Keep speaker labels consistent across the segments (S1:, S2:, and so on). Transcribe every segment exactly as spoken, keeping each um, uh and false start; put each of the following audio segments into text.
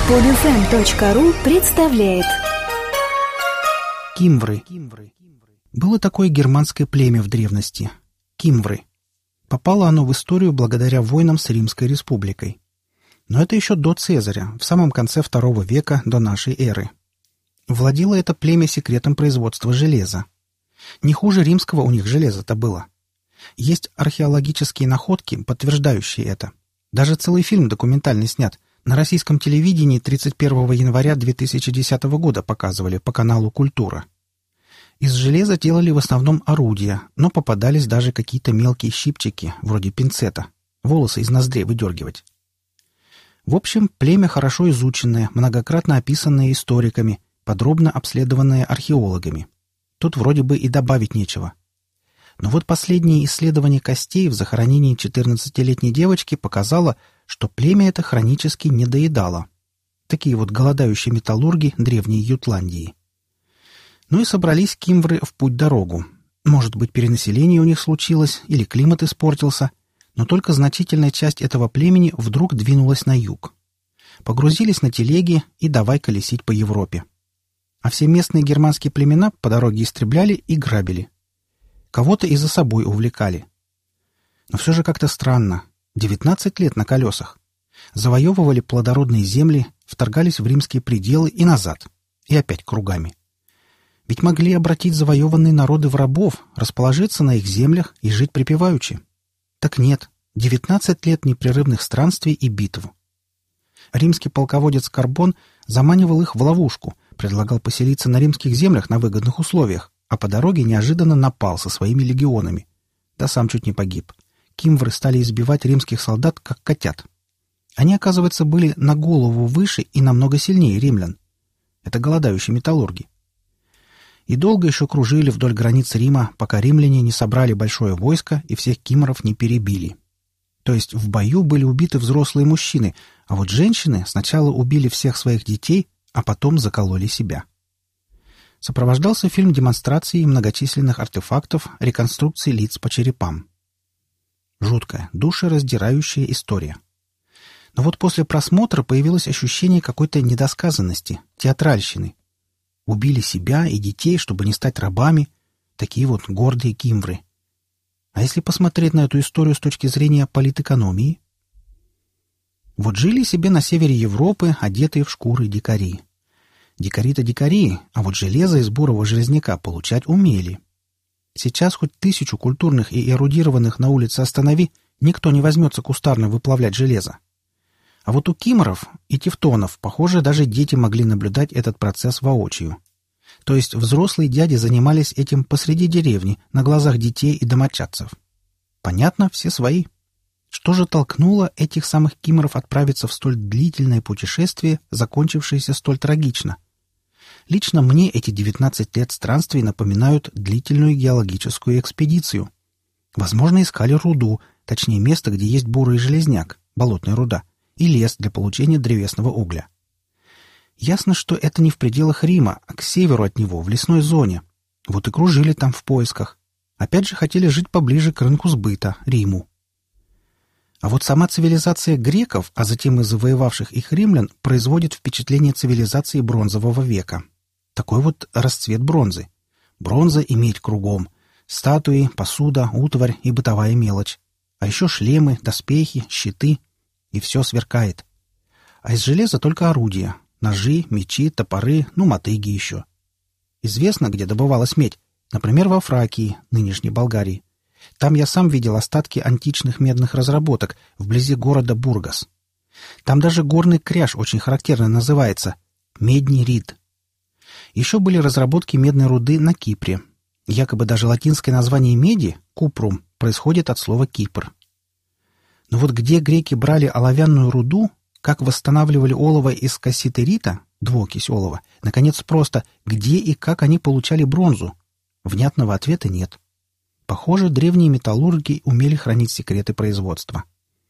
S1: Подфм точка ру представляет
S2: Кимвры. Было такое германское племя в древности – кимвры. Попало оно в историю благодаря войнам с Римской республикой. Но это еще до Цезаря, в самом конце второго века до нашей эры. Владело это племя секретом производства железа. Не хуже римского у них железа-то было. Есть археологические находки, подтверждающие это. Даже целый фильм документальный снят. На российском телевидении тридцать первого января две тысячи десятого года показывали по каналу «Культура». Из железа делали в основном орудия, но попадались даже какие-то мелкие щипчики, вроде пинцета. Волосы из ноздрей выдергивать. В общем, племя хорошо изученное, многократно описанное историками, подробно обследованное археологами. Тут вроде бы и добавить нечего. Но вот последнее исследование костей в захоронении четырнадцатилетней девочки показало, что племя это хронически недоедало. Такие вот голодающие металлурги древней Ютландии. Ну и собрались кимвры в путь-дорогу. Может быть, перенаселение у них случилось или климат испортился, но только значительная часть этого племени вдруг двинулась на юг. Погрузились на телеги и давай колесить по Европе. А все местные германские племена по дороге истребляли и грабили. Кого-то и за собой увлекали. Но все же как-то странно. девятнадцать лет на колесах. Завоевывали плодородные земли, вторгались в римские пределы и назад. И опять кругами. Ведь могли обратить завоеванные народы в рабов, расположиться на их землях и жить припеваючи. Так нет, девятнадцать лет непрерывных странствий и битв. Римский полководец Карбон заманивал их в ловушку, предлагал поселиться на римских землях на выгодных условиях, а по дороге неожиданно напал со своими легионами. Да сам чуть не погиб. Кимвры стали избивать римских солдат, как котят. Они, оказывается, были на голову выше и намного сильнее римлян. Это голодающие металлурги. И долго еще кружили вдоль границ Рима, пока римляне не собрали большое войско и всех кимвров не перебили. То есть в бою были убиты взрослые мужчины, а вот женщины сначала убили всех своих детей, а потом закололи себя. Сопровождался фильм демонстрацией многочисленных артефактов, реконструкций лиц по черепам. Жуткая, душераздирающая история. Но вот после просмотра появилось ощущение какой-то недосказанности, театральщины. Убили себя и детей, чтобы не стать рабами. Такие вот гордые кимвры. А если посмотреть на эту историю с точки зрения политэкономии? Вот жили себе на севере Европы, одетые в шкуры дикари. Дикари-то дикари, а вот железо из бурого железняка получать умели. Сейчас хоть тысячу культурных и эрудированных на улице останови, никто не возьмется кустарно выплавлять железо. А вот у кимров и тевтонов, похоже, даже дети могли наблюдать этот процесс воочию. То есть взрослые дяди занимались этим посреди деревни, на глазах детей и домочадцев. Понятно, все свои. Что же толкнуло этих самых кимров отправиться в столь длительное путешествие, закончившееся столь трагично? Лично мне эти девятнадцать лет странствий напоминают длительную геологическую экспедицию. Возможно, искали руду, точнее место, где есть бурый железняк, болотная руда, и лес для получения древесного угля. Ясно, что это не в пределах Рима, а к северу от него, в лесной зоне. Вот и кружили там в поисках. Опять же хотели жить поближе к рынку сбыта, Риму. А вот сама цивилизация греков, а затем и завоевавших их римлян, производит впечатление цивилизации бронзового века. Такой вот расцвет бронзы. Бронза и медь кругом. Статуи, посуда, утварь и бытовая мелочь. А еще шлемы, доспехи, щиты. И все сверкает. А из железа только орудия. Ножи, мечи, топоры, ну, мотыги еще. Известно, где добывалась медь. Например, во Фракии, нынешней Болгарии. Там я сам видел остатки античных медных разработок вблизи города Бургас. Там даже горный кряж очень характерно называется — медний рид. Еще были разработки медной руды на Кипре. Якобы даже латинское название меди — купрум — происходит от слова «Кипр». Но вот где греки брали оловянную руду, как восстанавливали олово из касситерита, двуокись олова, наконец, просто где и как они получали бронзу? Внятного ответа нет. Похоже, древние металлурги умели хранить секреты производства.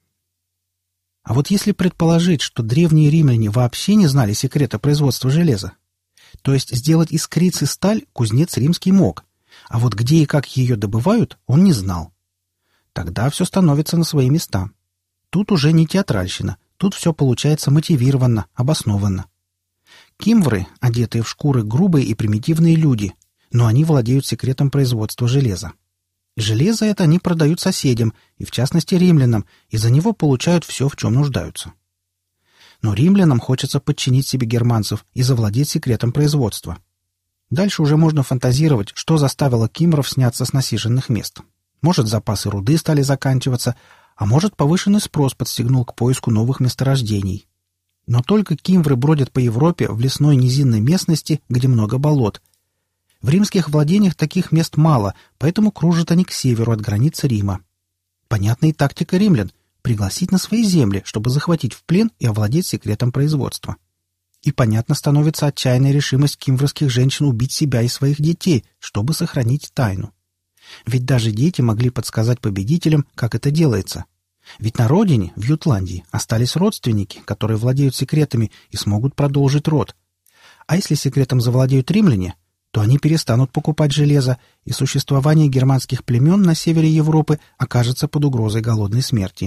S2: А вот если предположить, что древние римляне вообще не знали секрета производства железа, то есть сделать из крицы сталь кузнец римский мог, а вот где и как ее добывают, он не знал. Тогда все становится на свои места. Тут уже не театральщина, Тут все получается мотивированно, обоснованно. Кимвры, одетые в шкуры, грубые и примитивные люди, но они владеют секретом производства железа. Железо это они продают соседям, и в частности римлянам, и за него получают все, в чем нуждаются. Но римлянам хочется подчинить себе германцев и завладеть секретом производства. Дальше уже можно фантазировать, что заставило кимвров сняться с насиженных мест. Может, запасы руды стали заканчиваться, а может, повышенный спрос подстегнул к поиску новых месторождений. Но только кимвры бродят по Европе в лесной низинной местности, где много болот. В римских владениях таких мест мало, поэтому кружат они к северу от границы Рима. Понятна и тактика римлян — пригласить на свои земли, чтобы захватить в плен и овладеть секретом производства. И понятно становится отчаянная решимость кимврских женщин убить себя и своих детей, чтобы сохранить тайну. Ведь даже дети могли подсказать победителям, как это делается. Ведь на родине, в Ютландии, остались родственники, которые владеют секретами и смогут продолжить род. А если секретом завладеют римляне, то они перестанут покупать железо, и существование германских племен на севере Европы окажется под угрозой голодной смерти.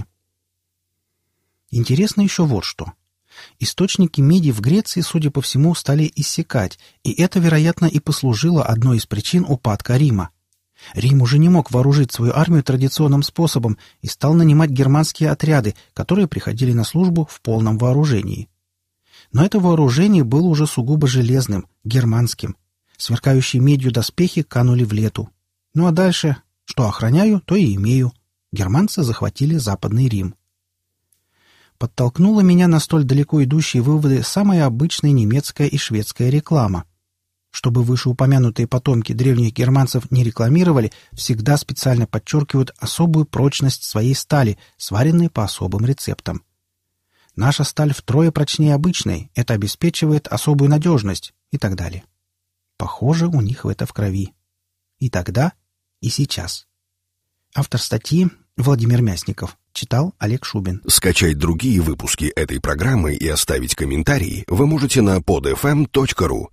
S2: Интересно еще вот что. Источники меди в Греции, судя по всему, стали иссякать, и это, вероятно, и послужило одной из причин упадка Рима. Рим уже не мог вооружить свою армию традиционным способом и стал нанимать германские отряды, которые приходили на службу в полном вооружении. Но это вооружение было уже сугубо железным, германским. Сверкающие медью доспехи канули в лету. Ну а дальше, что охраняю, то и имею. Германцы захватили Западный Рим. Подтолкнула меня на столь далеко идущие выводы самая обычная немецкая и шведская реклама. Чтобы вышеупомянутые потомки древних германцев не рекламировали, всегда специально подчеркивают особую прочность своей стали, сваренной по особым рецептам. Наша сталь втрое прочнее обычной, это обеспечивает особую надежность и так далее. Похоже, у них это в крови. И тогда, и сейчас. Автор статьи Владимир Мясников. Читал Олег Шубин.
S3: Скачать другие выпуски этой программы и оставить комментарии вы можете на под эф эм точка ру.